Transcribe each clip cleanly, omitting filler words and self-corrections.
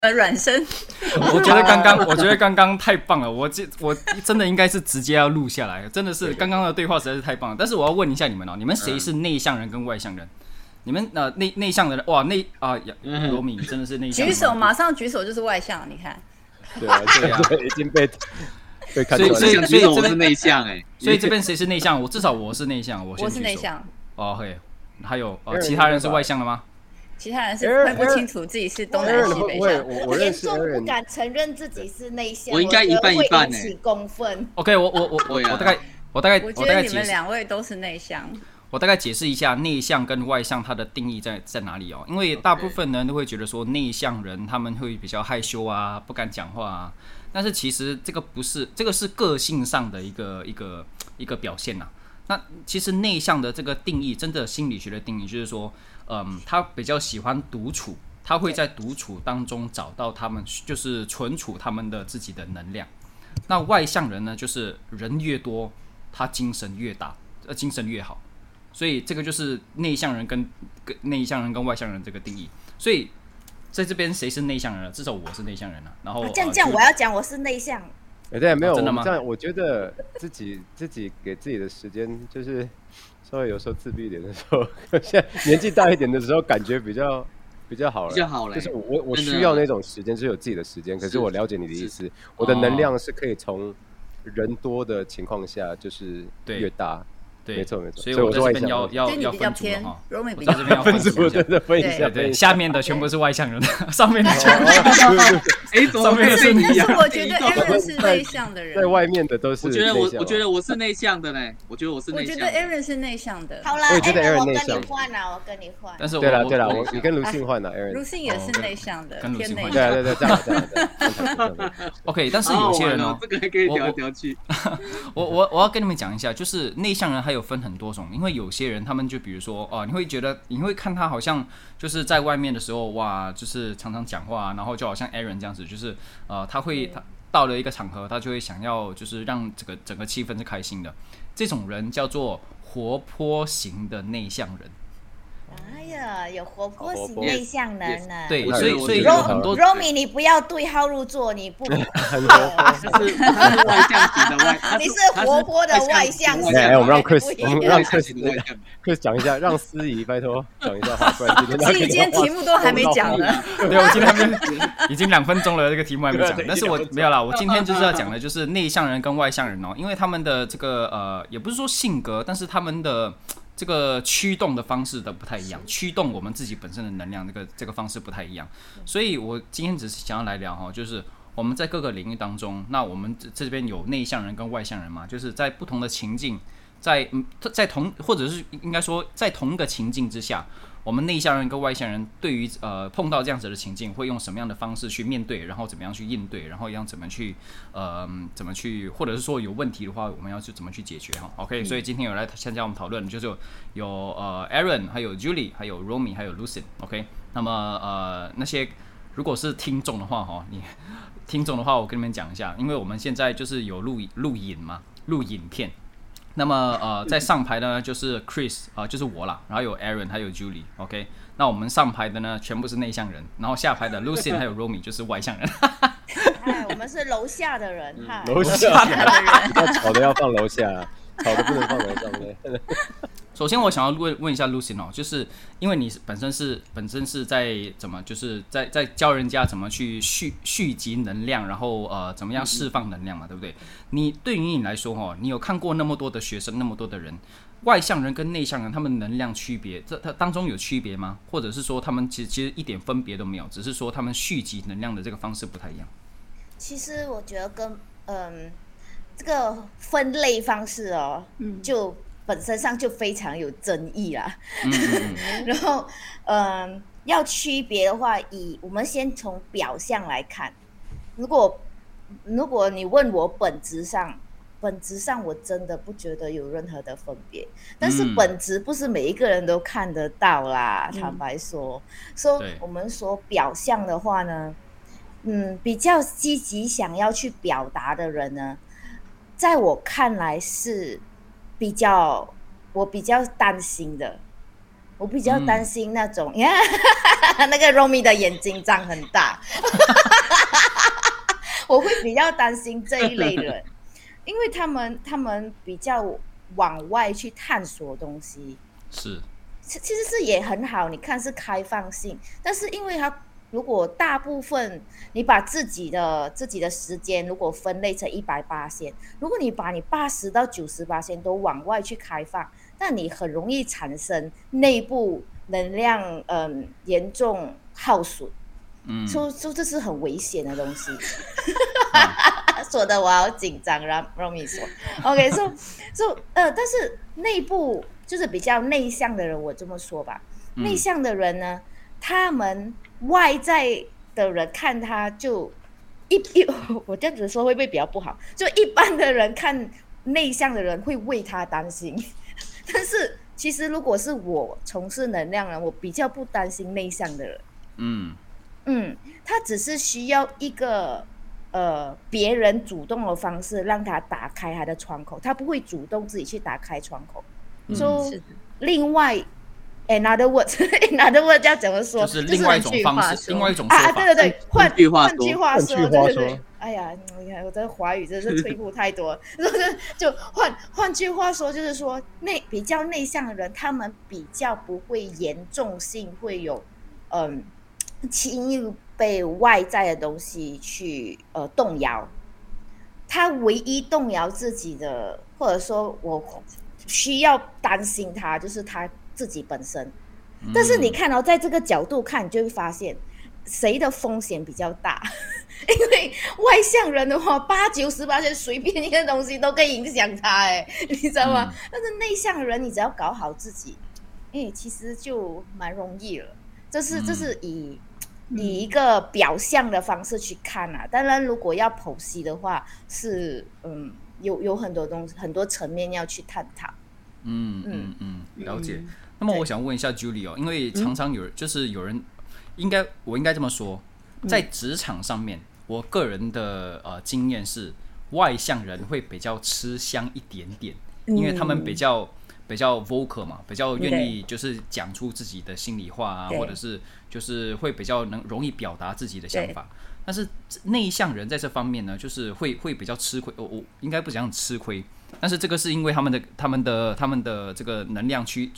软身。 我觉得刚刚太棒了，我真的应该是直接要录下来，真的是刚刚的对话实在是太棒了。但是我要问一下你们哦，你们谁是内向人跟外向人？你们内向的人哇罗米真的是内向人。 举手，马上举手就是外向，你看。 对啊，已经被看出来了。 所以我是内向所以这边谁是内向？至少我是内向， 我是内向。 哦，嘿，还有其他人是外向的吗？ 其他人是分不清楚自己是东南西北向。 我严重不敢承认自己是内向， 我应该一半一半会引起公愤。 OK， 我大概我觉得你们两位都是内向。 我大概解释一下内向跟外向它的定义在哪里哦，因为大部分人都会觉得说内向人他们会比较害羞啊，不敢讲话啊，但是其实这个不是，这个是个性上的一个表现呐。那其实内向的这个定义，真的心理学的定义就是说，他比较喜欢独处，他会在独处当中找到他们，就是存储他们的自己的能量。那外向人呢，就是人越多，他精神越大，精神越好。所以这个就是内向人跟外向人这个定义。所以在这边谁是内向人了？至少我是内向人了。然后这样我要讲我是内向。 对，没有真的吗？ 这样我觉得自己给自己的时间，就是稍微有时候自闭一点的时候，现在年纪大一点的时候，感觉比较好了， 比较好了。 就是我需要那种时间，就是有自己的时间。可是我了解你的意思，我的能量是可以从人多的情况下，就是越大。对，没错， 所以我在这边要分组了哈。 Romy 比较这边要分组，真的分一下。 对，下面的全部是外向人，上面的全部上面的是你。 但是我觉得 Aaron 是内向的人， 在外面的都是。 我觉得我是内向的呢。我觉得 Aaron 是内向的。 好啦， 我觉得 Aaron 内向。 我跟你换。 但是对了，你跟卢信换了 ，Aaron。 卢信也是内向的， 跟卢信换。 对，这样。 OK， 但是有些人哦， 这个还可以聊来聊去。 我要跟你们讲一下，就是内向人还有分很多种。因为有些人他们就比如说你会觉得你会看他好像就是在外面的时候哇，就是常常讲话，然后就好像 Aaron 这样子，就是他到了一个场合，他就会想要就是让整个气氛是开心的。这种人叫做活泼型的内向人。 哎呀，有活泼型内向人呢。 对，所以有很多 Romy， 你不要对号入座，你不很活泼，是外向型的外， 你是活泼的外向型。 我们让 Chris 讲一下，让思怡拜托讲一下话，不然今天题目都还没讲呢。 对，我今天已经2分钟了，这个题目还没讲，但是我没有啦，我今天就是要讲的就是内向人跟外向人哦，因为他们的这个也不是说性格，但是他们的这个驱动的方式都不太一样，驱动我们自己本身的能量这个方式不太一样，所以我今天只是想要来聊哈，就是我们在各个领域当中，那我们这边有内向人跟外向人嘛，就是在不同的情境，或者是应该说在同一个情境之下，我们内向人跟外向人对于碰到这样子的情境，会用什么样的方式去面对，然后怎么样去应对，然后要怎么去，或者是说有问题的话，我们要去怎么去解决哈 ？OK， 所以今天有来参加我们讨论，就是有Aaron， 还有 Julie， 还有 Romy， 还有 Lucin。OK， 那么那些如果是听众的话哈，听众的话，我跟你们讲一下，因为我们现在就是有录影嘛，录影片。那么在上排的呢就是 Chris 就是我啦，然后有 Aaron 还有 Julie。OK， 那我们上排的呢全部是内向人，然后下排的 Lucin 还有 Romy 就是外向人。 我们是楼下的人哈， 楼下的人，吵的要放楼下，吵的不能放楼上面。 首先我想要问一下 Lucin 哦，就是因为你本身是在怎么就是在教人家怎么去蓄积能量，然后怎么样释放能量嘛，对不对？对于你来说哦，你有看过那么多的学生，那么多的人，外向人跟内向人他们能量区别，它当中有区别吗？或者是说他们其实一点分别都没有，只是说他们蓄积能量的这个方式不太一样？ 其实我觉得跟这个分类方式哦，就本身上就非常有争议啦。然后要区别的话，我们先从表象来看。如果你问我本质上我真的不觉得有任何的分别。但是本质不是每一个人都看得到啦，坦白说。所以我们说表象的话呢，比较积极想要去表达的人呢，在我看来是我比较担心的。 我比较担心那种，那个 Romy 的眼睛长很大，我会比较担心这一类人，因为他们比较往外去探索东西，其实是也很好，你看是开放性，但是因为他如果大部分你把自己的时间如果分类成100%，如果你把你80到90%都往外去开放，那你很容易产生内部能量严重耗损，说这是很危险的东西。说的我好紧张，让 Romy 说 OK， 但是内部就是比较内向的人，我这么说吧，内向的人呢，他们外在的人看他就我这样子说会不会比较不好？就一般的人看内向的人会为他担心，但是其实如果是我从事能量人，我比较不担心内向的人。他只是需要一个别人主动的方式让他打开他的窗口，他不会主动自己去打开窗口。另外 another word 要怎么说？ 就是另外一种方式，另外一种说法。 对，换句话说， 对。 哎呀，你看我的华语真是退步太多。就换句话说，就是说比较内向的人，他们比较不会严重性会有轻易被外在的东西去动摇。他唯一动摇自己的，或者说我需要担心他，就是他自己本身。但是你看在这个角度看，你就会发现谁的风险比较大。因为外向人的话，80-90%随便一个东西都可以影响他，你知道吗？但是内向的人，你只要搞好自己，其实就蛮容易了。这是以一个表象的方式去看啊。当然，如果要剖析的话，是有很多东西，很多层面要去探讨。 了解。那么我想问一下 Julie 因为常常有人，我应该这么说，在职场上面，我个人的经验是，外向人会比较吃香一点点，因为他们比较 vocal 嘛，比较愿意就是讲出自己的心里话啊，或者是就是会比较容易表达自己的想法。但是内向人在这方面呢，就是会比较吃亏。我应该不讲吃亏，但是这个是因为他们的这个能量驱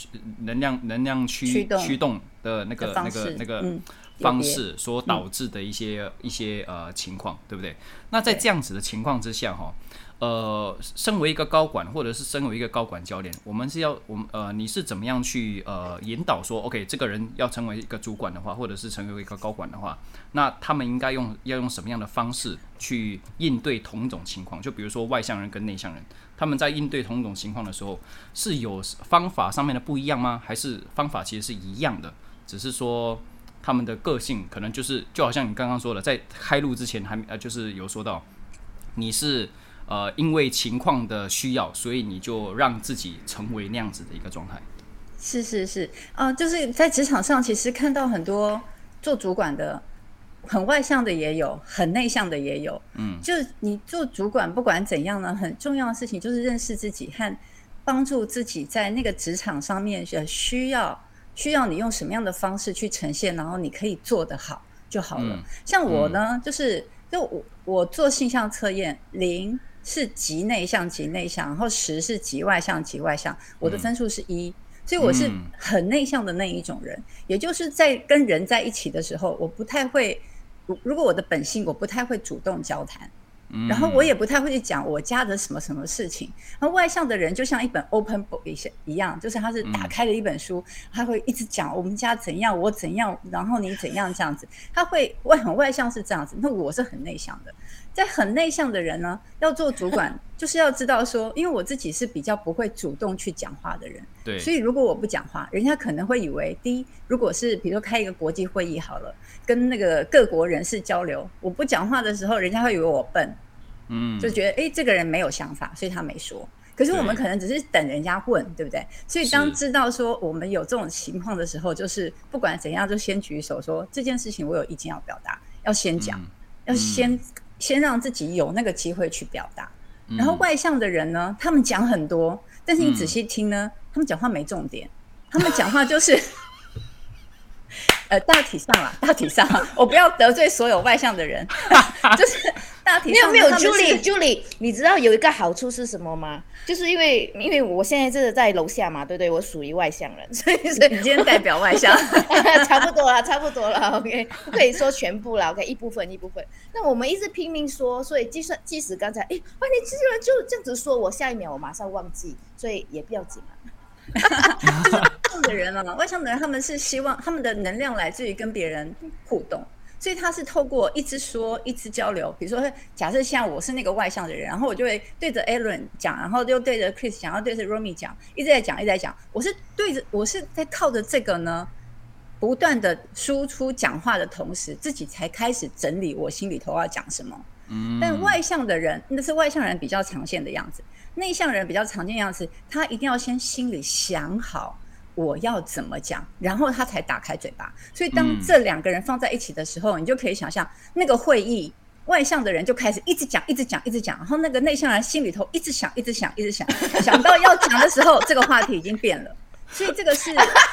动的那个方式所导致的一些情况，对不对？那在这样子的情况之下身为一个高管，或者是身为一个高管教练，你是怎么样去引导说 ，OK， 这个人要成为一个主管的话，或者是成为一个高管的话，那他们应该要用什么样的方式去应对同一种情况？就比如说外向人跟内向人，他们在应对同一种情况的时候，是有方法上面的不一样吗？还是方法其实是一样的，只是说他们的个性可能就好像你刚刚说的，在开录之前就是有说到，你是因为情况的需要，所以你就让自己成为那样子的一个状态。 是就是在职场上，其实看到很多做主管的，很外向的也有，很内向的也有。就是你做主管，不管怎样呢，很重要的事情就是认识自己和帮助自己在那个职场上面需要你用什么样的方式去呈现，然后你可以做得好就好了。像我呢，就我做性向测验，0是极内向，然后10是极外向，我的分数是1，所以我是很内向的那一种人。也就是在跟人在一起的时候，我不太会，如果我的本性，我不太会主动交谈。然后我也不太会去讲我家的什么什么事情。然后外向的人就像一本 open book 一样，就是他是打开了一本书，他会一直讲我们家怎样，我怎样，然后你怎样这样子。他会很外向是这样子，那我是很内向的。在很内向的人呢，要做主管就是要知道说，因为我自己是比较不会主动去讲话的人， 对， 所以如果我不讲话，人家可能会以为，第一，如果是比如说开一个国际会议好了，跟那个各国人士交流，我不讲话的时候，人家会以为我笨，就觉得这个人没有想法，所以他没说。可是我们可能只是等人家问，对不对？所以当知道说我们有这种情况的时候，就是不管怎样就先举手说这件事情我有意见要表达，要先讲，要先让自己有那个机会去表达。然后外向的人呢，他们讲很多，但是你仔细听呢，他们讲话没重点， 他们讲话就是。大体上，我不要得罪所有外向的人，就是大体上没有 Julie， 你知道有一个好处是什么吗？就是因为我现在真的在楼下嘛，对不对？我属于外向人，所以你今天代表外向， 差不多了 ，OK， 不可以说全部了 ，OK， 一部分。那我们一直拼命说，所以即使刚才你居然就这样子说，我下一秒我马上忘记，所以也不要紧啊。 就是外向的人啊，外向的人他们是希望他们的能量来自于跟别人互动，所以他是透过一直说一直交流。比如说假设像我是那个外向的人，然后我就会对着 Aaron 讲，然后又对着 Chris 讲，然后对着 Romy 讲，一直在讲。我是在靠着这个呢不断的输出讲话的同时，自己才开始整理我心里头要讲什么。但外向的人，那是外向人比较常见的样子。内向人比较常见的样子，他一定要先心里想好我要怎么讲，然后他才打开嘴巴。所以当这两个人放在一起的时候，你就可以想象那个会议，外向的人就开始一直讲，然后那个内向人心里头一直想，想到要讲的时候，这个话题已经变了。所以这个是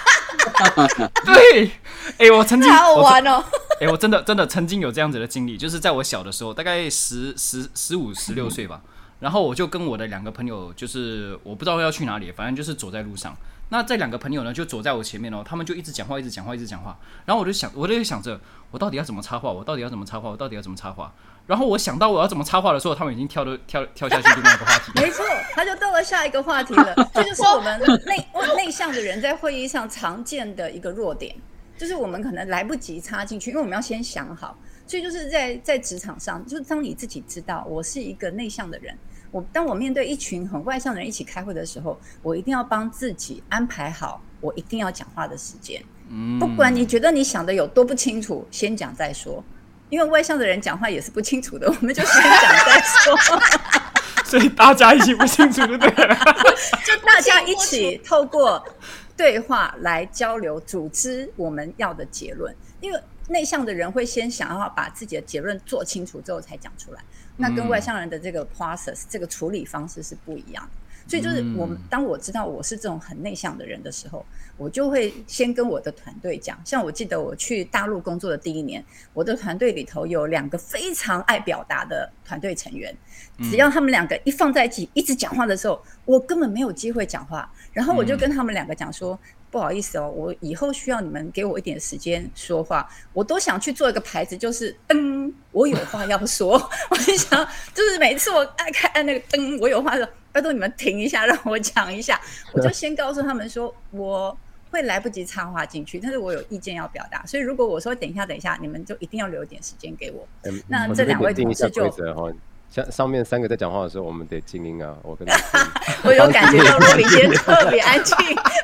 对，我曾经好玩哦。 我真的曾经有这样子的经历，就是在我小的时候，大概15、16岁吧。然后我就跟我的2个朋友，就是我不知道要去哪里，反正就是走在路上。那这2个朋友呢，就走在我前面哦，他们就一直讲话。然后我就想着，我到底要怎么插话？然后我想到我要怎么插话的时候，他们已经跳下去另外一个话题。 没错，他就到了下一个话题了。这就是我们内向的人在会议上常见的一个弱点，就是我们可能来不及插进去，因为我们要先想好。所以就是在职场上，就是当你自己知道我是一个内向的人，当我面对一群很外向的人一起开会的时候，我一定要帮自己安排好我一定要讲话的时间。不管你觉得你想的有多不清楚，先讲再说。因为外向的人讲话也是不清楚的，我们就先讲再说。 所以大家一起不清楚就对了， 就大家一起透过对话来交流，组织我们要的结论。因为内向的人会先想要把自己的结论做清楚之后才讲出来，那跟外向人的这个 process 这个处理方式是不一样的。所以就是当我知道我是这种很内向的人的时候，我就会先跟我的团队讲。像我记得我去大陆工作的第1年，我的团队里头有2个非常爱表达的团队成员，只要他们2个一放在一起一直讲话的时候，我根本没有机会讲话。然后我就跟他们2个讲说，不好意思哦，我以后需要你们给我一点时间说话。我都想去做一个牌子，就是我有话要说。我就想，就是每次我按那个我有话说，拜托你们停一下，让我讲一下。我就先告诉他们说，我会来不及插话进去，但是我有意见要表达，所以如果我说等一下，你们就一定要留一点时间给我。那这2位同事就像上面3个在讲话的时候，我们得静音啊！我跟你我有感觉到若琳今天特别安静。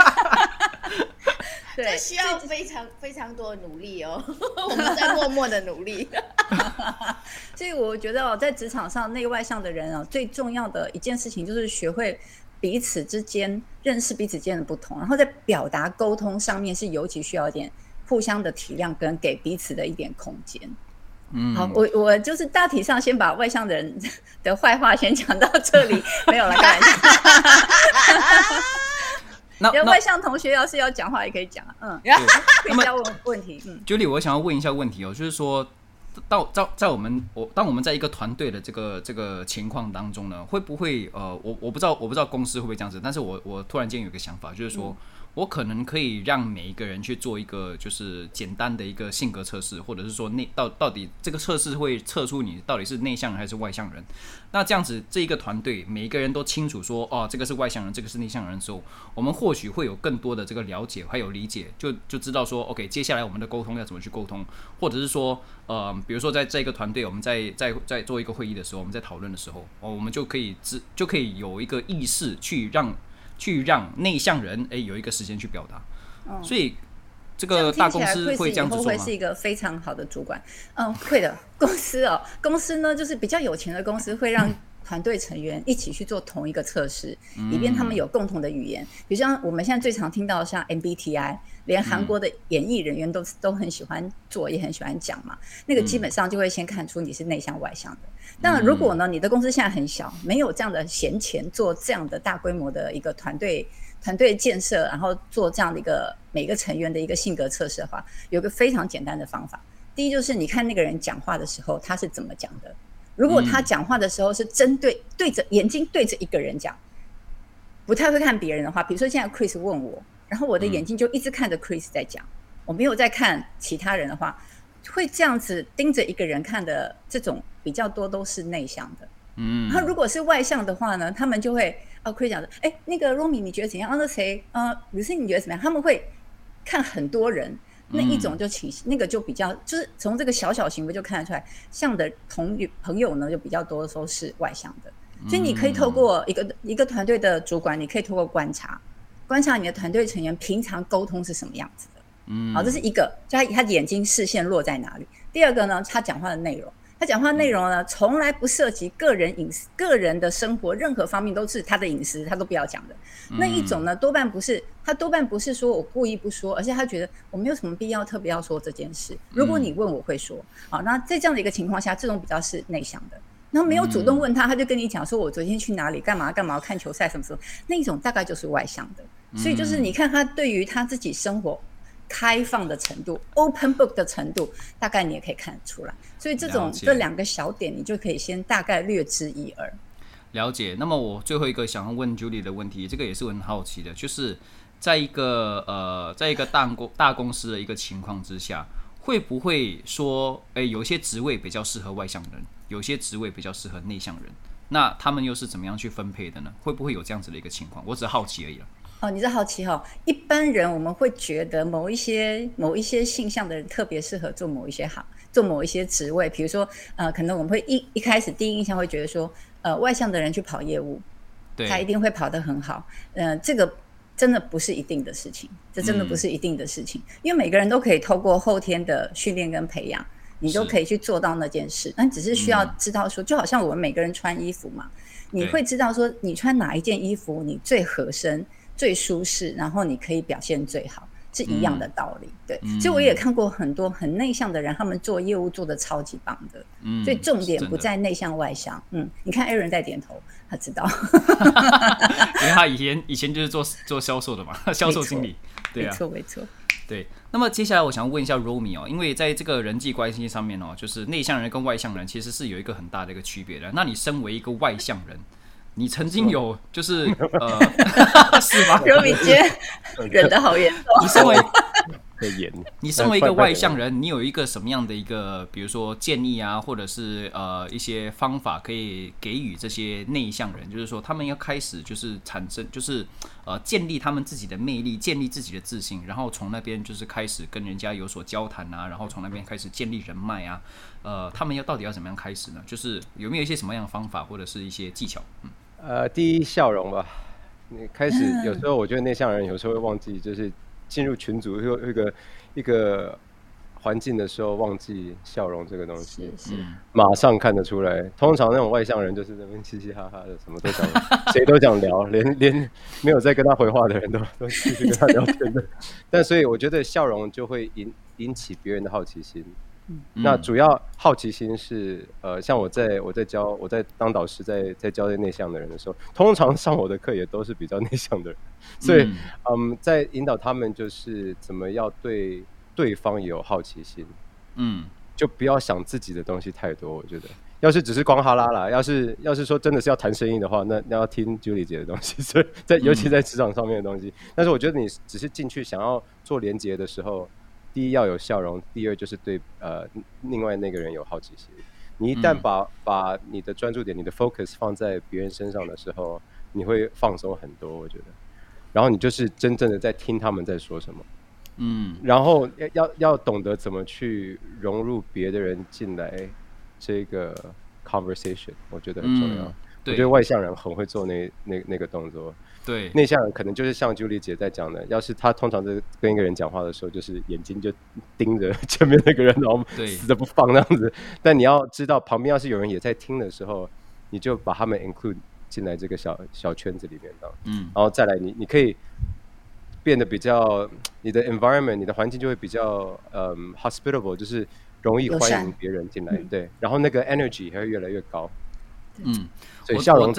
对，这需要非常非常多的努力哦，我们在默默的努力。 所以我觉得在职场上内外向的人最重要的一件事情就是学会彼此之间认识彼此间的不同，然后在表达沟通上面是尤其需要一点互相的体谅跟给彼此的一点空间。好，我就是大体上先把外向的人的坏话先讲到这里，没有了，开玩笑。那外向同学要是要讲话也可以讲啊，可以要问问题。 Julie， 我想要问一下问题就是说，当我们在一个团队的这个情况当中呢，会不会我不知道公司会不会这样子，但是我突然间有一个想法，就是说我可能可以让每一个人去做一个就是简单的一个性格测试，或者是说到底这个测试会测出你到底是内向人还是外向人。那这样子这一个团队每一个人都清楚说这个是外向人，这个是内向人的时候，我们或许会有更多的这个了解还有理解，就知道说 OK 接下来我们的沟通要怎么去沟通，或者是说比如说在这个团队我们在做一个会议的时候，我们在讨论的时候我们就可以有一个意识去让内向人有一个时间去表达。所以这个大公司会这样子做吗？ 会是一个非常好的主管。会的。公司呢，就是比较有钱的公司会让团队成员一起去做同一个测试，以便他们有共同的语言。比如像我们现在最常听到的像 MBTI， 连韩国的演艺人员都很喜欢做，也很喜欢讲嘛。那个基本上就会先看出你是内向外向的。当然，如果呢你的公司现在很小，没有这样的闲钱做这样的大规模的一个团队团队建设，然后做这样的一个每个成员的一个性格测试的话，有个非常简单的方法。第一就是你看那个人讲话的时候他是怎么讲的，如果他讲话的时候是针对着眼睛对着一个人讲，不太会看别人的话，比如说现在 Chris 问我，然后我的眼睛就一直看着 Chris 在讲，我没有在看其他人的话，会这样子盯着一个人看的这种比较多都是内向的。然后如果是外向的话呢，他们就会Chris 讲说，那个 Romy 你觉得怎样？那谁Lucy 你觉得怎么样？他们会看很多人，那一种就那个就比较就是从这个小小行为就看得出来，像的朋友呢就比较多的时候是外向的。所以你可以透过一个团队的主管，你可以透过观察你的团队成员平常沟通是什么样子的。好，这是一个，就他眼睛视线落在哪里。第二个呢，他讲话的内容。他讲话内容呢，从来不涉及个人隐私、个人的生活任何方面都是他的隐私，他都不要讲的。那一种呢，多半不是说我故意不说，而且他觉得我没有什么必要特别要说这件事。如果你问我会说。好，那在这样的一个情况下，这种比较是内向的。然后没有主动问他，他就跟你讲说我昨天去哪里干嘛看球赛什么什么，那一种大概就是外向的。所以就是你看他对于他自己生活开放的程度 open book 的程度，大概你也可以看得出来。所以这两个小点你就可以先大概略知一二。 了解。那么我最后一个想要问 Julie 的问题，这个也是我很好奇的，就是在一个大公司的一个情况之下，会不会说有些职位比较适合外向人，有些职位比较适合内向人，那他们又是怎么样去分配的呢？会不会有这样子的一个情况？我只是好奇而已了。 你是好奇一般人我们会觉得某一些性向的人特别适合做某一些职位，比如说可能我们会一开始第一印象会觉得说外向的人去跑业务，他一定会跑得很好。这个真的不是一定的事情，这真的不是一定的事情，因为每个人都可以透过后天的训练跟培养，你都可以去做到那件事。那只是需要知道说，就好像我们每个人穿衣服嘛，你会知道说你穿哪一件衣服你最合身最舒适，然后你可以表现最好，是一样的道理。对，所以我也看过很多很内向的人，他们做业务做得超级棒的。所以重点不在内向外向。你看 Aaron 在点头，他知道， 因为他以前就是做销售的嘛，销售经理。对啊， 没错。 对，那么接下来我想问一下 Romy 因为在这个人际关系上面就是内向人跟外向人其实是有一个很大的一个区别的。那你身为一个外向人，你曾经有就是是吗 ？Romy 姐忍得好严重。 你身为一个外向人，你有一个什么样的一个比如说建议啊，或者是一些方法可以给予这些内向人，就是说他们要开始就是产生就是建立他们自己的魅力，建立自己的自信，然后从那边就是开始跟人家有所交谈啊，然后从那边开始建立人脉啊，他们到底要怎么样开始呢？就是有没有一些什么样的方法或者是一些技巧？ 第一，笑容吧。你开始有时候我觉得内向人有时候会忘记，就是进入群组一个环境的时候忘记笑容这个东西，马上看得出来。通常那种外向人就是那边嘻嘻哈哈的，什么都想，谁都想聊，连没有在跟他回话的人都继续跟他聊天的。但所以我觉得笑容就会引起别人的好奇心。那主要好奇心是像我在当导师在教内向的人的时候，通常上我的课也都是比较内向的人，所以在引导他们就是怎么要对对方也有好奇心，就不要想自己的东西太多。我觉得要是只是光哈拉啦，要是说真的是要谈生意的话，那要听 Julie 姐的东西，所以尤其在职场上面的东西。但是我觉得你只是进去想要做连结的时候，第一要有笑容，第二就是对另外那个人有好奇心。你一旦把你的专注点、你的 focus 放在别人身上的时候，你会放松很多，我觉得。然后你就是真正的在听他们在说什么，然后要懂得怎么去融入别的人进来这个 conversation， 我觉得很重要。我觉得外向人很会做那个动作。 对， 内向人可能就是像 Julie 姐在讲的，要是他通常在跟一个人讲话的时候，就是眼睛就盯着前面那个人，然后死都不放那样子。但你要知道，旁边要是有人也在听的时候，你就把他们 include 进来这个小圈子里面的。然后再来你可以变得比较，你的 environment 你的环境就会比较hospitable， 就是容易欢迎别人进来。对，然后那个 energy 也会越来越高。所以笑容第一。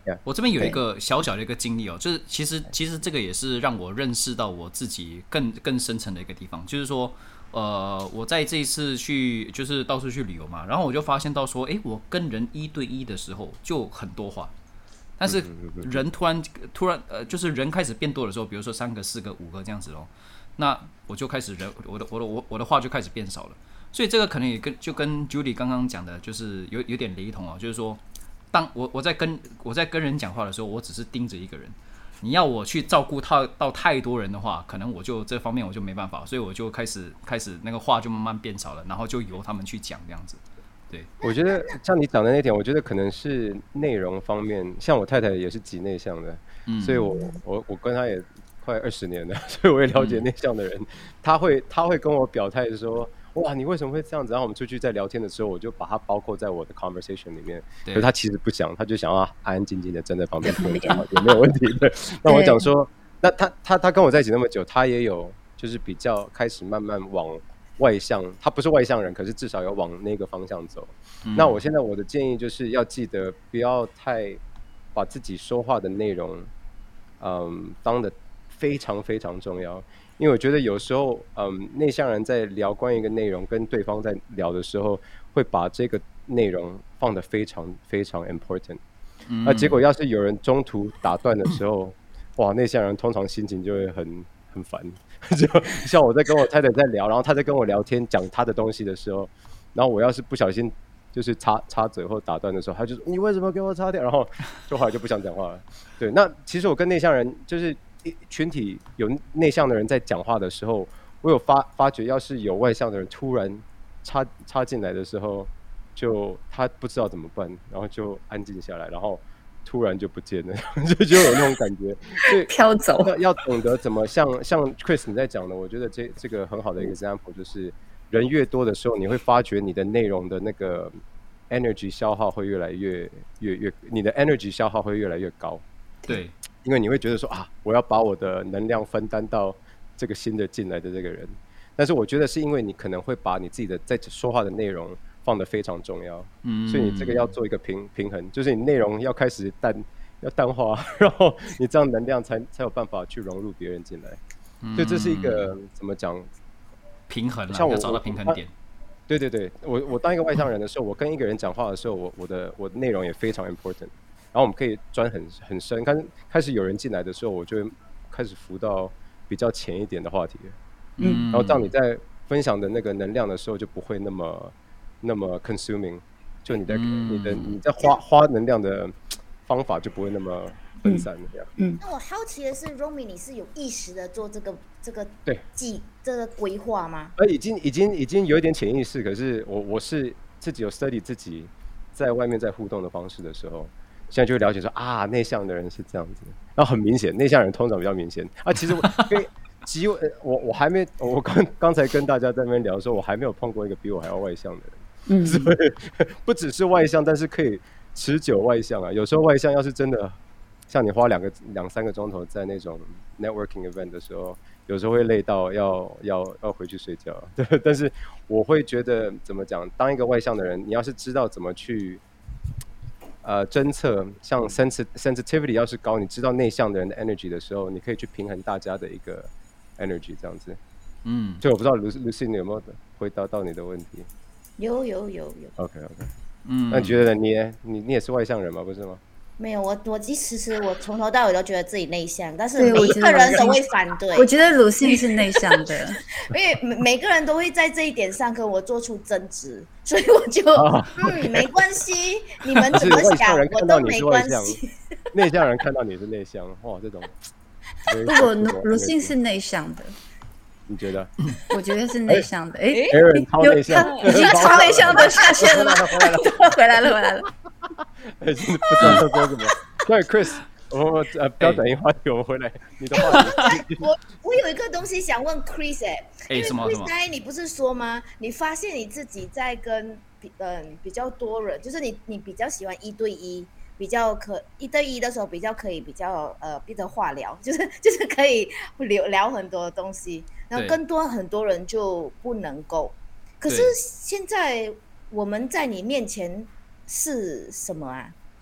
我这边有一个小小的一个经历哦，就是其实这个也是让我认识到我自己更深层的一个地方，就是说，我在这一次就是到处去旅游嘛，然后我就发现到说，我跟人1对1的时候就很多话，但是人突然就是人开始变多的时候，比如说3个、4个、5个这样子咯，那我就开始我的话就开始变少了，所以这个可能也跟 Julie 刚刚讲的，就是有点雷同哦，就是说。当我在跟人讲话的时候，我只是盯着一个人。你要我去照顾到太多人的话，可能我就这方面我就没办法，所以我就开始那个话就慢慢变少了，然后就由他们去讲这样子。对， 我觉得像你讲的那点，我觉得可能是内容方面，像我太太也是极内向的，所以我跟她也快20年了，所以我也了解内向的人，她会跟我表态说。哇，你为什么会这样子？然后我们出去在聊天的时候，我就把它包括在我的 conversation 里面。可是他其实不想，他就想要安安静静的站在旁边听我讲话，也没有问题的。那我讲说，那他跟我在一起那么久，他也有就是比较开始慢慢往外向，他不是外向人，可是至少有往那个方向走。那我现在我的建议就是要记得不要太把自己说话的内容，当得非常非常重要。因为我觉得有时候，内向人在聊关于一个内容，跟对方在聊的时候，会把这个内容放得非常非常 important。那结果要是有人中途打断的时候，哇，内向人通常心情就会很烦。就像我在跟我太太在聊，然后她在跟我聊天讲她的东西的时候，然后我要是不小心就是插嘴或打断的时候，她就说你为什么给我插掉？然后就后来就不想讲话了。对，那其实我跟内向人就是群体有内向的人在讲话的时候，我有发觉，要是有外向的人突然插进来的时候，就他不知道怎么办，然后就安静下来，然后突然就不见了，就有那种感觉，所以飘走。 要懂得怎么像 Chris 你在讲的，我觉得这个很好的一个 example 就是人越多的时候，你会发觉你的内容的那个 energy 消耗会越来越你的 energy 消耗会越来越高。 对。 因为你会觉得说我要把我的能量分担到这个新的进来的这个人，但是我觉得是因为你可能会把你自己的在说话的内容放得非常重要，所以你这个要做一个平衡，就是你内容要开始要淡化，然后你这样能量才有办法去融入别人进来，所以这是一个怎么讲平衡啊， 像我要找到平衡点。 对，我当一个外向人的时候，我跟一个人讲话的时候，我的内容也非常 important。然后我们可以钻很深，开始有人进来的时候，我就会开始浮到比较浅一点的话题。然后当你在分享的那个能量的时候，就不会那么 consuming， 就你在花能量的方法就不会那么分散这样。 那我好奇的是 Romy 你是有意识的做这个对这个规划吗？ 已经有一点潜意识，可是我是自己有 study 自己在外面在互动的方式的时候。现在就会了解说内向的人是这样子，然后很明显，内向人通常比较明显其实我还没，我刚才跟大家在那边聊的时候，我还没有碰过一个比我还要外向的人，所以不只是外向，但是可以持久外向啊。有时候外向要是真的像你花2-3个钟头在那种 networking event 的时候，有时候会累到要回去睡觉。对，但是我会觉得怎么讲，当一个外向的人，你要是知道怎么去。侦测像 sensitivity 要是高，你知道内向的人的 energy 的时候，你可以去平衡大家的一个 energy 这样子。所以我不知道 Lucy 你有没有回答到你的问题？ 有。 OK。那你觉得你也是外向人吗？不是吗？ 没有，我其实我从头到尾都觉得自己内向，但是每一个人都会反对。 我觉得鲁信是内向的， 因为每个人都会在这一点上跟我做出争执，所以我就没关系，你们怎么想我都没关系。 内向人看到你是内向，哇，这种。 不过鲁信是内向的。 你觉得？ 我觉得是内向的。 Aaron 超内向， 已经超内向的下线了吗？回来了。 不知道说什么。对 ，Chris， 我不要转移话题，我们回来你的话题。 我有一个东西想问 Chris， 因为 Chris 刚才你不是说吗？你发现你自己在跟比较多人，就是你比较喜欢1对1。比较1对1的时候比较可以比较变得话聊，就是可以聊很多东西，然后更多很多人就不能够。可是现在我们在你面前是什么啊？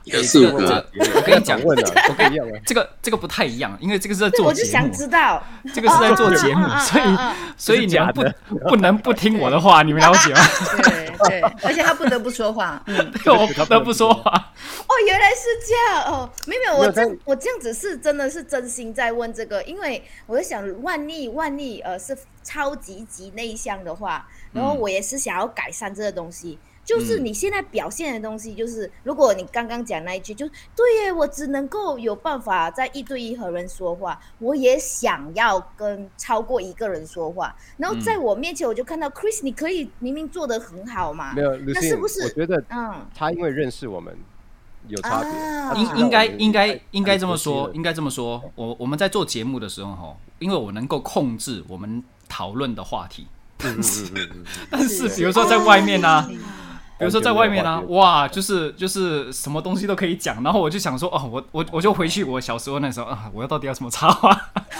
有4、5个。 我跟你讲， 问啊，不一样啊。 这个不太一样，因为这个是在做节目。 我就想知道， 这个是在做节目，所以你们不能不听我的话，你们了解吗？ 对，而且他不得不说话， 我不得不说话。 哦，原来是这样哦，没有，我这样子是真的是真心在问这个，因为我在想，万一是超级内向的话，然后我也是想要改善这个东西。就是你现在表现的东西，就是如果你刚刚讲那一句，就对耶，我只能够有办法在1对1和人说话，我也想要跟超过1个人说话。然后在我面前，我就看到 Chris， 你可以明明做得很好嘛， 没有， 那是不是？ 我觉得，他因为认识我们有差别， 应该这么说，应该这么说。我们在做节目的时候，因为我能够控制我们讨论的话题，但是比如说在外面啊。比如说在外面啊，哇，就是什么东西都可以讲，然后我就想说，哦，我就回去我小时候那时候啊，我要到底要怎么插话？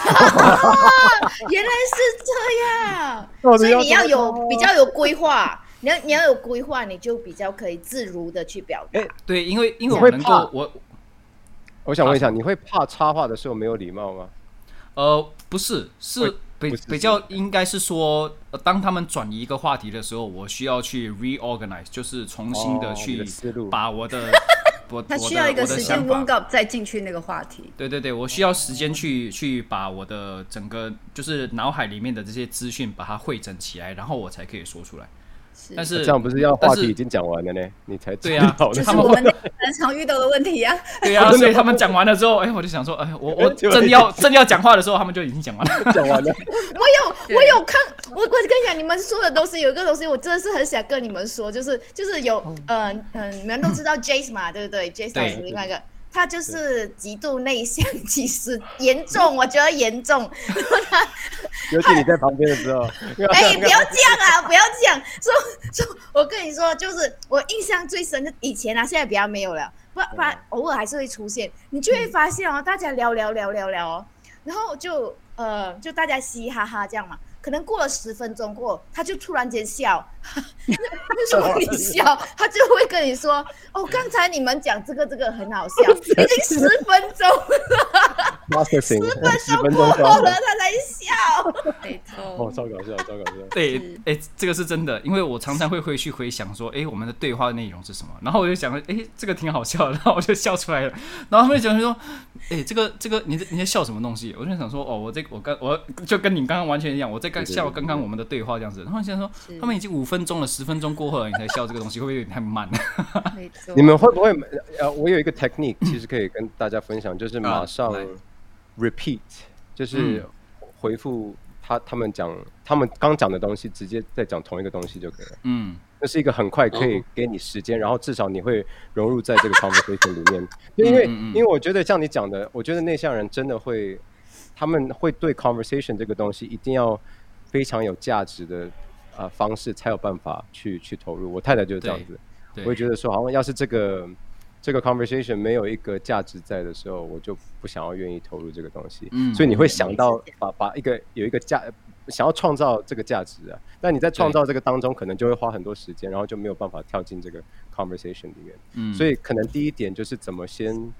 原来是这样，所以你要比较有规划，你要有规划，你就比较可以自如的去表达。 对，因为我能够我想问一下，你会怕插话的时候没有礼貌吗？ 不是，是。比较应该是说，当他们转移一个话题的时候，我需要去 reorganize， 就是重新的去把我的他需要一个时间 warm up 再进去那个话题。 对，我需要时间去把我的整个就是脑海里面的这些资讯把它汇整起来，然后我才可以说出来。但是这样不是要话题已经讲完了呢？你才对啊， 就是我们很常遇到的问题啊。 对啊，所以他们讲完了之后，我就想说，我正要讲话的时候，他们就已经讲完了。 讲完了。 我有看，我跟你讲，你们说的东西有一个东西，我真的是很想跟你们说，就是有你们都知道 Jace 嘛，对不对 ？Jace 老师另外一个。他就是极度内向，其实严重，我觉得严重。 尤其你在旁边的时候， 不要这样啊，不要这样。说，我跟你说，就是我印象最深的以前啊，现在比较没有了，不然偶尔还是会出现。你就会发现哦，大家聊哦，然后就大家嘻嘻哈哈这样嘛。可能过了10分钟过后，他就突然间笑，为什么你笑？他就会跟你说：“哦，刚才你们讲这个很好笑，已经10分钟了，10分钟过后了，他才笑。” 没错， 哦，超搞笑。 对，这个是真的，因为我常常会回去回想说，我们的对话内容是什么，然后我就想，这个挺好笑的，然后我就笑出来了，然后他们就讲说，这个你在笑什么东西？我就想说，我就跟你刚刚完全一样，我在笑刚刚我们的对话这样子，然后现在说他们已经5分钟了，10分钟过后了，你才笑这个东西，会不会有点太慢了？ 你们会不会？我有一个 technique， 其实可以跟大家分享，就是马上 repeat， 就是回复他们刚讲的东西，直接再讲同一个东西就可以了。那是一个很快可以给你时间，然后至少你会融入在这个 conversation 里面。因为我觉得像你讲的，我觉得内向人真的会。他们会对 conversation 这个东西一定要非常有价值的方式才有办法去投入。我太太就是这样子，我会觉得说，好像要是这个 conversation 没有一个价值在的时候，我就不想要愿意投入这个东西。所以你会想到把有一个想要创造这个价值啊，但你在创造这个当中，可能就会花很多时间，然后就没有办法跳进这个 conversation 里面。所以可能第一点就是怎么先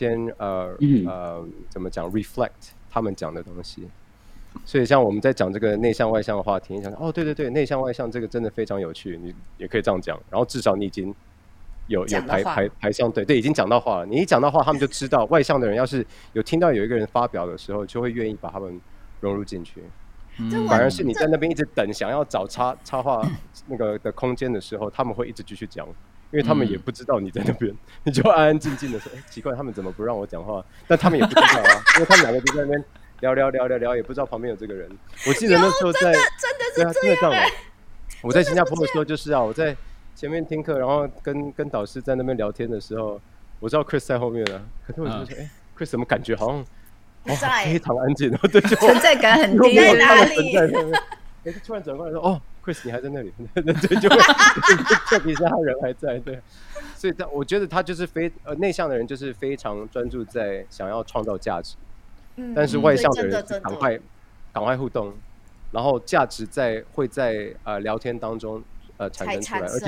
怎么讲 reflect。他们讲的东西，所以像我们在讲这个内向外向的话题，你想对，内向外向这个真的非常有趣，你也可以这样讲。然后至少你已经有排上对，已经讲到话了。你一讲到话，他们就知道外向的人要是有听到有一个人发表的时候，就会愿意把他们融入进去。反而是你在那边一直等，想要找插话那个的空间的时候，他们会一直继续讲。因为他们也不知道你在那边，你就安安静静的说，奇怪，他们怎么不让我讲话？但他们也不知道啊，因为他们两个就在那边聊，也不知道旁边有这个人。我记得那时候真的这样。我在新加坡的时候就是啊，我在前面听课，然后跟导师在那边聊天的时候，我知道 Chris 在后面啊，可是我就说，Chris 怎么感觉好像非常安静，对， 存在感很低， 在哪里？ 突然转过来说，Chris 你还在那里，对，就会特别是他人还在，对，所以我觉得他就是内向的人就是非常专注在想要创造价值，但是外向的人是赶快互动，然后价值会在聊天当中产生出来，而且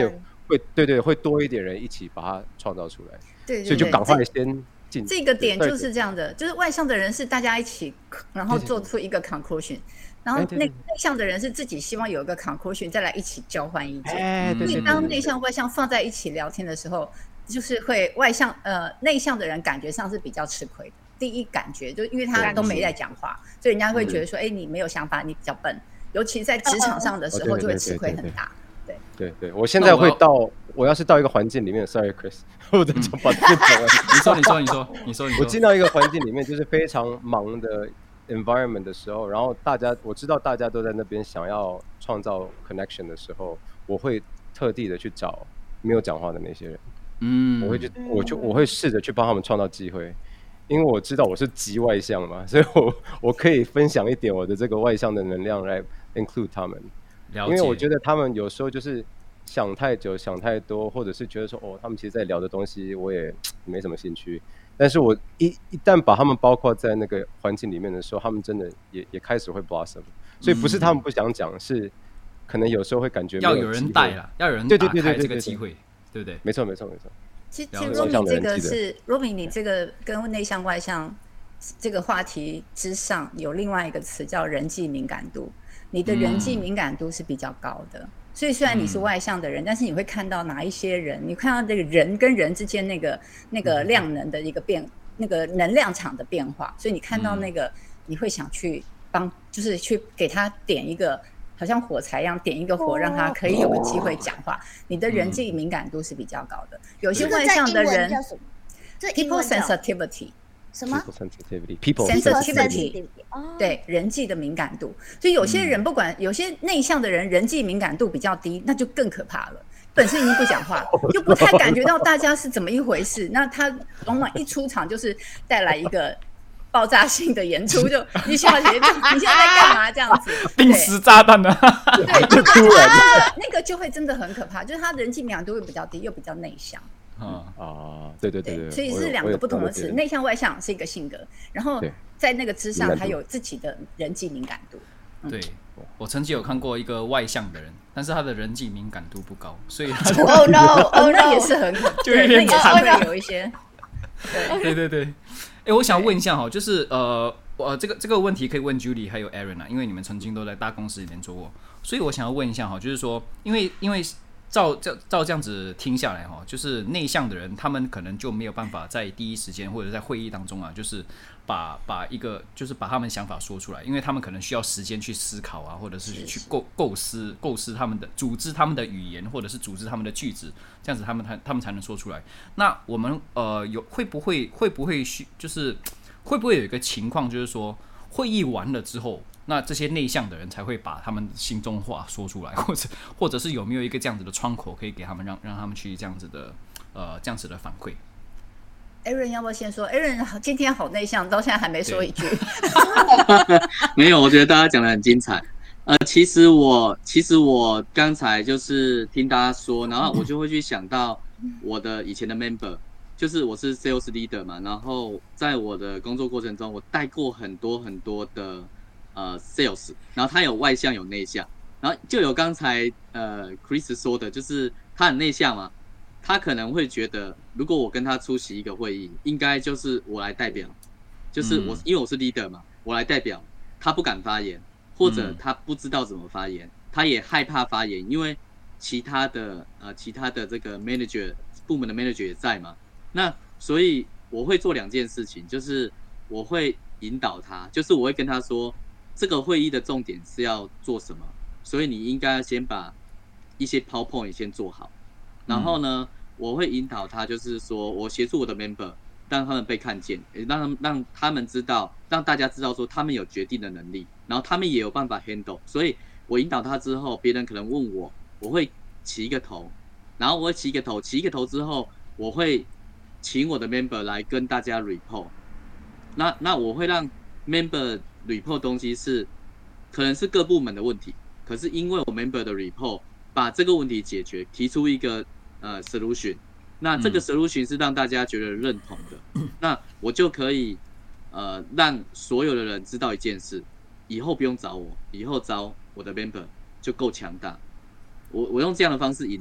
会多一点人一起把它创造出来。 对， 所以就赶快先进。 这个点就是这样的，就是外向的人是大家一起，然后做出一个 conclusion，然后内向的人是自己希望有一个 conclusion， 再来一起交换意见。所以当内向外向放在一起聊天的时候，就是会内向的人感觉上是比较吃亏的。第一感觉就因为他都没在讲话，所以人家会觉得说，你没有想法，你比较笨。尤其在职场上的时候，就会吃亏很大。 对，我现在会我要是到一个环境里面 ，sorry Chris， 我在讲把这讲完。你说。 我进到一个环境里面，就是非常忙的 environment 的时候，然后我知道大家都在那边想要创造 connection 的时候，我会特地的去找没有讲话的那些人。我会试着去帮他们创造机会，因为我知道我是极外向嘛，所以我可以分享一点我的这个外向的能量来 include 他们。因为我觉得他们有时候就是想太久、想太多，或者是觉得说他们其实在聊的东西我也没什么兴趣。但是我一旦把他们包括在那个环境里面的时候，他们真的也开始会 blossom。所以不是他们不想讲，是可能有时候会感觉没要有人带啦，要有人打开这个机会，对不对？ 没错。 其实 Robin 你这个跟内向外向这个话题之上有另外一个词叫人际敏感度。你的人际敏感度是比较高的，所以虽然你是外向的人，但是你会看到哪一些人，你看到这个人跟人之间那个量能的一个那个能量场的变化，所以你看到那个你会想去就是去给他点一个好像火柴一样点一个火，让他可以有个机会讲话。你的人际敏感度是比较高的。有些外向的人 ，people sensitivity。 什么 ？People sensitivity， 对人际的敏感度。所以有些人不管有些内向的人人际敏感度比较低，那就更可怕了。本身已经不讲话，又不太感觉到大家是怎么一回事，那他往往一出场就是带来一个爆炸性的演出，就一下子你现在在干嘛这样子？ 定时炸弹呢？ 对，就突然那个就会真的很可怕，就是他人际敏感度会比较低，又比较内向。 对， 所以是两个不同的词，内向外向是一个性格，然后在那个之上还有自己的人际敏感度。 对，我曾经有看过一个外向的人，但是他的人际敏感度不高，所以那也是很可怕，对，那也是会有一些。 对。我想问一下就是这个问题可以问 Julie 还有 Aaron 因为你们曾经都在大公司里面做过，所以我想要问一下就是说，因为照这样子听下来就是内向的人，他们可能就没有办法在第一时间或者在会议当中就是把他们想法说出来，因为他们可能需要时间去思考或者是去构思他们的组织他们的语言，或者是组织他们的句子，这样子他们才能说出来。那我们会不会就是会不会有一个情况，就是说会议完了之后，那这些内向的人才会把他们心中话说出来，或者是有没有一个这样子的窗口可以给他们让他们去这样子的反馈 ？Aaron 要不要先说 ？Aaron 今天好内向，到现在还没说一句。 没有，我觉得大家讲得很精彩。其实我刚才就是听大家说，然后我就会去想到我的以前的 member， 就是我是 sales leader 嘛，然后在我的工作过程中，我带过很多很多的sales， 然后他有外向有内向，然后就有刚才Chris 说的，就是他很内向嘛。他可能会觉得，如果我跟他出席一个会议，应该就是我来代表，就是因为我是 leader 嘛，我来代表，他不敢发言，或者他不知道怎么发言，他也害怕发言，因为其他的这个 manager 部门的 manager 也在嘛，那所以我会做2件事情，就是我会引导他，就是我会跟他说，这个会议的重点是要做什么，所以你应该先把一些 PowerPoint 先做好。然后呢，我会引导他，就是说我协助我的 member， 让他们被看见，让他们知道，让大家知道说他们有决定的能力，然后他们也有办法 handle。所以我引导他之后，别人可能问我，我会起一个头，然后我会起一个头之后，我会请我的 member 来跟大家 report。那我会让 member report 东西是可能是各部门的问题，可是因为我 member 的 report 把这个问题解决，提出一个solution， 那这个 solution 是让大家觉得认同的，那我就可以让所有的人知道一件事，以后不用找我，以后找我的 member 就够强大。我用这样的方式引导，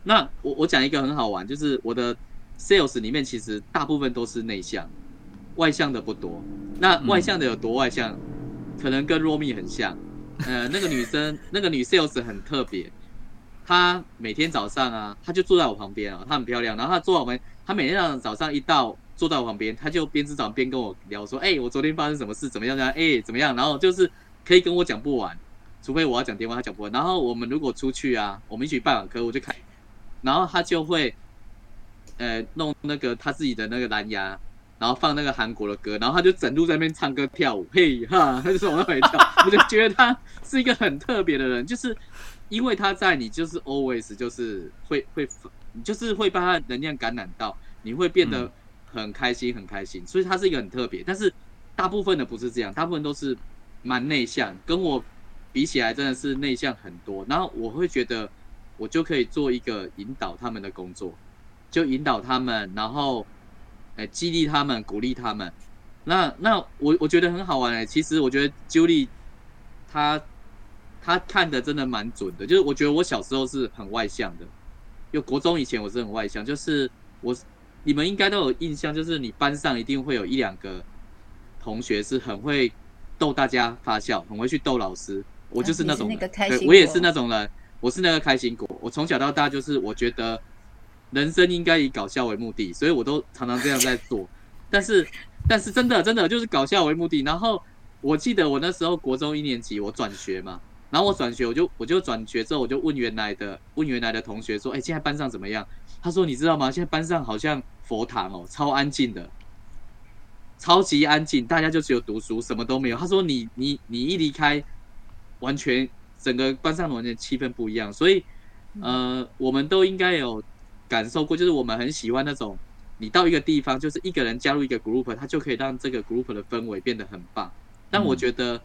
那我讲一个很好玩，就是我的 sales 里面其实大部分都是内向，外向的不多。那外向的有多外向？可能跟 Romy 很像。那个女生，那个女 sales 很特别，她每天早上啊，她就坐在我旁边啊，她很漂亮。然后她坐在我们，她每天早上一到坐在我旁边，她就边吃早边跟我聊说，我昨天发生什么事，怎么样怎么样，然后就是可以跟我讲不完，除非我要讲电话，她讲不完。然后我们如果出去啊，我们一起拜访客户就开，然后她就会弄那个她自己的那个蓝牙。然后放那个韩国的歌，然后他就整路在那边唱歌跳舞，嘿哈，他就往那边跳，我就觉得他是一个很特别的人，就是因为他在你就是 always 就是会你就是会把他能量感染到，你会变得很开心很开心，所以他是一个很特别。但是大部分的不是这样，大部分都是蛮内向，跟我比起来真的是内向很多。然后我会觉得我就可以做一个引导他们的工作，就引导他们，然后激励他们，鼓励他们。那我觉得很好玩其实我觉得 Julie 她看的真的蛮准的。就是我觉得我小时候是很外向的，因为国中以前我是很外向，就是你们应该都有印象，就是你班上一定会有1-2个同学是很会逗大家发笑，很会去逗老师。我就是那种人，对，我也是那种人，我是那个开心果。我从小到大就是我觉得人生应该以搞笑为目的，所以我都常常这样在做。但是真的就是搞笑为目的。然后我记得我那时候国中1年级我转学嘛，然后我转学我就转学之后我就问原来的同学说，现在班上怎么样？他说你知道吗？现在班上好像佛堂哦，超安静的，超级安静，大家就只有读书，什么都没有。他说你一离开，完全整个班上完全气氛不一样。所以我们都应该有感受过，就是我们很喜欢那种你到一个地方，就是一个人加入一个 group， 他就可以让这个 group 的氛围变得很棒。但我觉得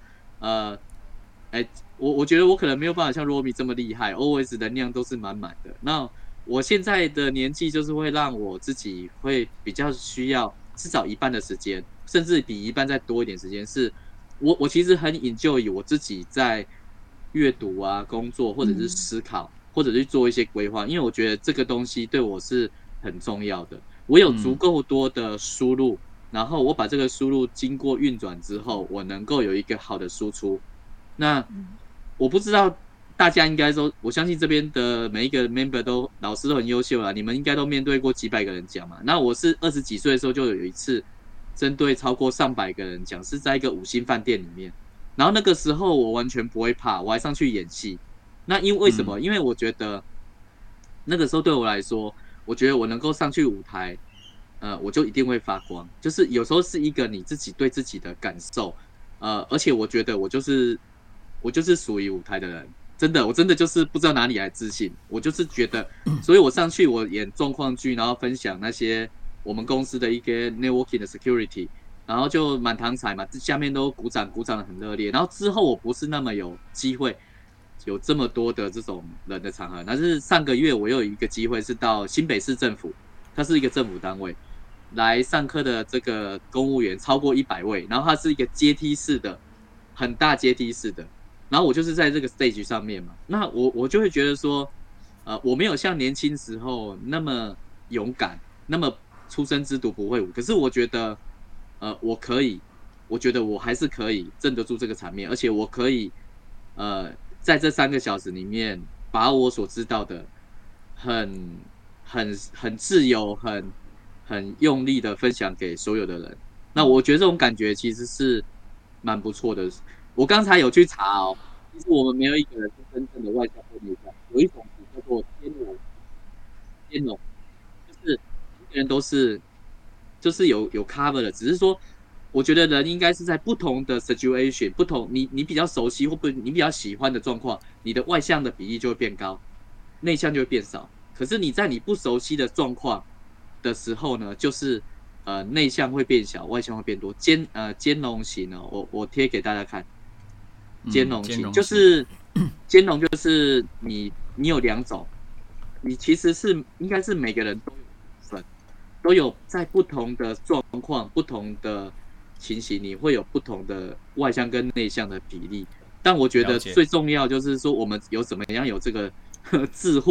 我觉得我可能没有办法像 Romy 这么厉害 always 能量都是满满的。那我现在的年纪就是会让我自己会比较需要至少一半的时间，甚至比一半再多一点时间，是我其实很 enjoy 我自己在阅读啊、工作或者是思考，或者是做一些规划，因为我觉得这个东西对我是很重要的。我有足够多的输入，然后我把这个输入经过运转之后，我能够有一个好的输出。那我不知道大家应该说，我相信这边的每一个 member 老师都很优秀啦，你们应该都面对过几百个人讲嘛。那我是20几岁的时候就有一次针对超过上百个人讲，是在一个5星饭店里面。然后那个时候我完全不会怕，我还上去演戏。那为什么？因为我觉得那个时候对我来说，我觉得我能够上去舞台，我就一定会发光。就是有时候是一个你自己对自己的感受，而且我觉得我就是属于舞台的人，真的，我真的就是不知道哪里来自信，我就是觉得，所以我上去我演状况剧，然后分享那些我们公司的一个 networking 的 security。然后就满堂彩嘛，下面都鼓掌的很热烈。然后之后我不是那么有机会有这么多的这种人的场合，但是上个月我又有一个机会是到新北市政府，它是一个政府单位，来上课的这个公务员超过100位，然后它是一个阶梯式的，很大阶梯式的。然后我就是在这个 stage 上面嘛，那我就会觉得说，我没有像年轻时候那么勇敢，那么初生之犊不会舞，可是我觉得。我可以，我觉得我还是可以镇得住这个场面，而且我可以，在这3个小时里面，把我所知道的很自由、很用力的分享给所有的人。那我觉得这种感觉其实是蛮不错的。我刚才有去查哦，其实我们没有一个人是真正的外向或内向，有一种叫做兼容，就是每个人都是。就是有 cover 的，只是说，我觉得人应该是在不同的 situation， 不同你比较熟悉或不你比较喜欢的状况，你的外向的比例就会变高，内向就会变少。可是你在你不熟悉的状况的时候呢，就是内向会变小，外向会变多。兼容型哦，我贴给大家看，兼容型就是兼容就是你有2种，你其实是应该是每个人都有在不同的状况、不同的情形，你会有不同的外向跟内向的比例。但我觉得最重要就是说，我们有怎么样有这个智慧，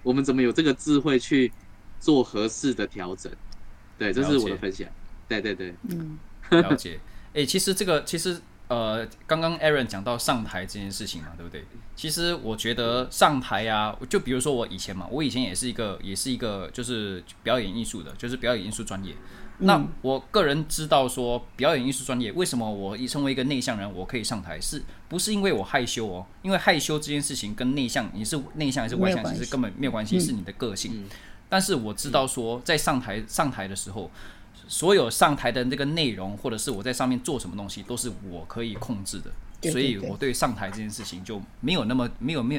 我们怎么有这个智慧去做合适的调整？对，这是我的分享。对， 了解。其实刚刚 Aaron 讲到上台这件事情嘛，对不对？其实我觉得上台啊，就比如说我以前也是一个就是表演艺术的，就是表演艺术专业。那我个人知道说，表演艺术专业为什么我成为一个内向人，我可以上台，是不是因为我害羞哦？因为害羞这件事情跟你是内向还是外向，其实根本没有关系，是你的个性。但是我知道说，在上台的时候，所有上台的那个内容，或者是我在上面做什么东西，都是我可以控制的。所以我对上台这件事情就没有那么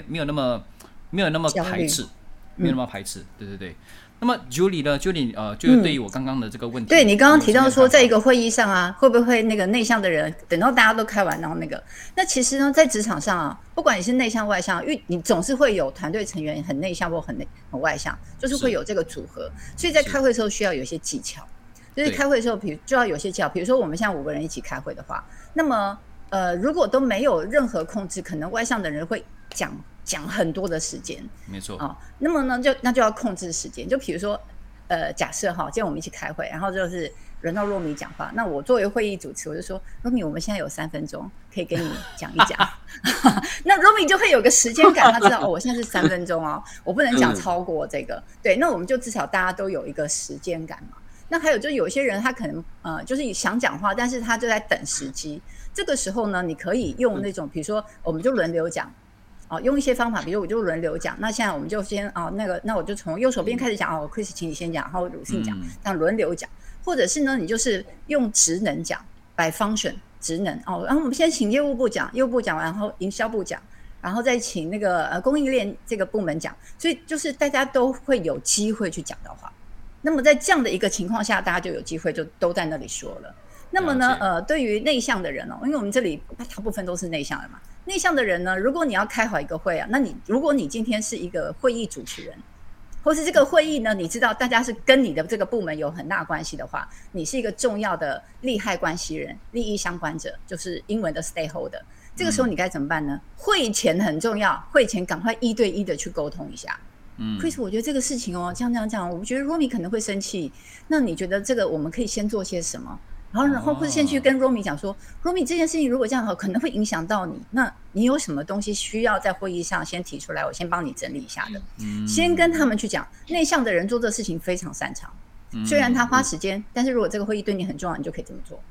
排斥，没有那么排斥。对。那么 Julie 呢 ？Julie 就是对于我刚刚的这个问题， 对你刚刚提到说，在一个会议上啊，会不会那个内向的人等到大家都开完，然后那其实呢，在职场上啊，不管你是内向外向，因为你总是会有团队成员很内向或很外向，就是会有这个组合，所以在开会的时候需要有一些技巧。就是开会的时候，就要有些技巧，比如说我们现在5个人一起开会的话，那么如果都没有任何控制，可能外向的人会讲很多的时间， 没错啊。那么呢，那就要控制时间。就比如说，假设哈，今天我们一起开会，然后就是轮到 Romy 讲话，那我作为会议主持，我就说 Romy， 我们现在有3分钟可以跟你讲一讲。那 Romy 就会有个时间感，他知道我现在是3分钟哦，我不能讲超过这个。对，那我们就至少大家都有一个时间感嘛。那还有就是有些人他可能就是想讲话，但是他就在等时机。这个时候呢，你可以用那种，比如说我们就轮流讲。用一些方法，比如我就轮流讲。那现在我们就先那我就从右手边开始讲Chris 请你先讲，然后鲁信讲，这样轮流讲。或者是呢，你就是用职能讲 by function 职能然后我们先请业务部讲，业务部讲完，然后营销部讲，然后再请那个供应链这个部门讲。所以就是大家都会有机会去讲到话。那么在这样的一个情况下，大家就有机会就都在那里说了。那么呢，对于内向的人因为我们这里大部分都是内向人嘛。内向的人呢，如果你要开好一个会啊，如果你今天是一个会议主持人，或是这个会议呢，你知道大家是跟你的这个部门有很大关系的话，你是一个重要的利害关系人、利益相关者，就是英文的 stakeholder。这个时候你该怎么办呢？会前很重要，会前赶快1对1的去沟通一下。Chris， 我觉得这个事情这样，我觉得 Romy 可能会生气。那你觉得这个我们可以先做些什么？然后或者先去跟 Romy 讲说 ，Romy 这件事情如果这样好，可能会影响到你。那你有什么东西需要在会议上先提出来，我先帮你整理一下的。先跟他们去讲。内向的人做这事情非常擅长，虽然他花时间，但是如果这个会议对你很重要，你就可以这么做。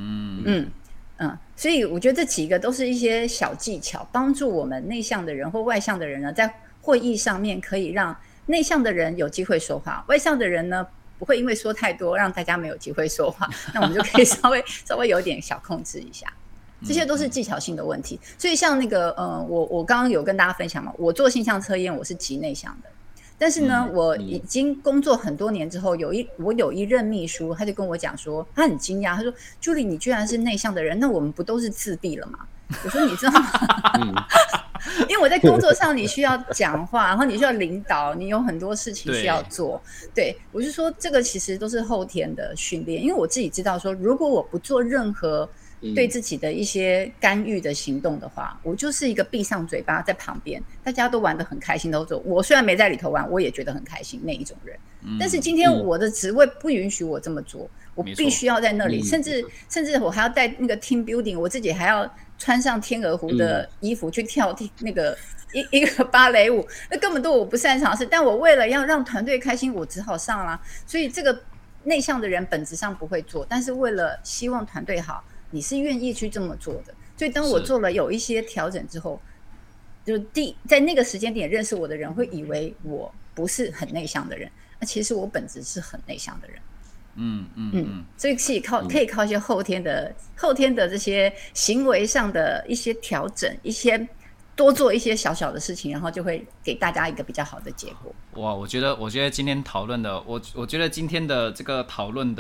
所以我觉得这几个都是一些小技巧，帮助我们内向的人或外向的人呢，在会议上面可以让内向的人有机会说话，外向的人呢不会因为说太多让大家没有机会说话，那我们就可以稍微有点小控制一下。这些都是技巧性的问题。所以像那个我刚刚有跟大家分享嘛，我做性向测验我是极内向的，但是呢我已经工作很多年之后，我有一任秘书他就跟我讲说，他很惊讶，他说 Julie 你居然是内向的人，那我们不都是自闭了吗？我说你知道吗？因为我在工作上你需要讲话，然后你需要领导，你有很多事情需要做。对，我就说这个其实都是后天的训练，因为我自己知道说，如果我不做任何对自己的一些干预的行动的话，我就是一个闭上嘴巴在旁边，大家都玩得很开心都做，我虽然没在里头玩，我也觉得很开心那一种人。但是今天我的职位不允许我这么做，我必须要在那里，甚至我还要带那个 team building， 我自己还要穿上天鹅湖的衣服去跳那个一个芭蕾舞，那根本都我不擅长的事，但我为了要让团队开心，我只好上啦。所以这个内向的人本质上不会做，但是为了希望团队好，你是愿意去这么做的。所以当我做了有一些调整之后，就在那个时间点认识我的人会以为我不是很内向的人，那其实我本质是很内向的人。所以可以靠一些后天的这些行为上的一些调整，一些多做一些小小的事情，然后就会给大家一个比较好的结果。 哇，我觉得今天讨论的，我觉得今天的这个讨论的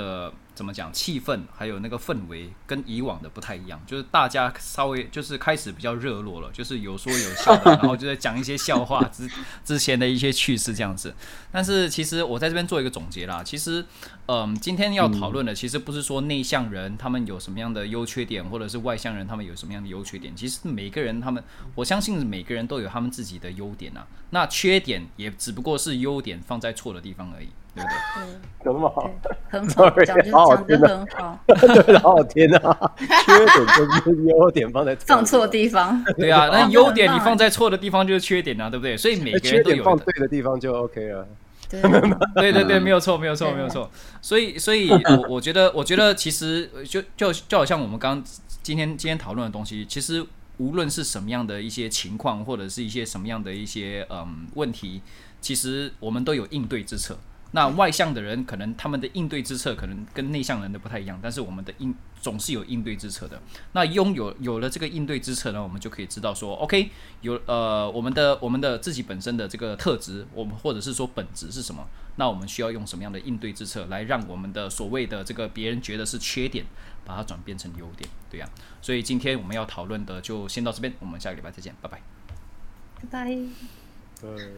怎么讲，气氛还有那个氛围跟以往的不太一样，就是大家稍微就是开始比较热络了，就是有说有笑的，然后就在讲一些笑话之前的一些趣事这样子。但是其实我在这边做一个总结啦，其实今天要讨论的其实不是说内向人他们有什么样的优缺点，或者是外向人他们有什么样的优缺点，其实每个人我相信每个人都有他们自己的优点啊，那缺点也只不过是优点放在错的地方而已，对不对？ 怎么好？ 很好，讲得很好， 对，好好听啊！缺点就是优点放错地方， 对啊，那优点你放在错的地方就是缺点啊，对不对？所以每个人都有缺点放对的地方就 OK 了。 对，没有错。所以我觉得其实就好像我们今天讨论的东西，其实无论是什么样的一些情况，或者是一些什么样的一些问题，其实我们都有应对之策。那外向的人可能他们的应对之策可能跟内向人的不太一样，但是我们的总是有应对之策的。那有了这个应对之策呢，我们就可以知道说 ，OK， 我们的自己本身的这个特质，我们或者是说本质是什么？那我们需要用什么样的应对之策来让我们的所谓的这个别人觉得是缺点，把它转变成优点，对呀。所以今天我们要讨论的就先到这边，我们下个礼拜再见，拜拜。 拜拜。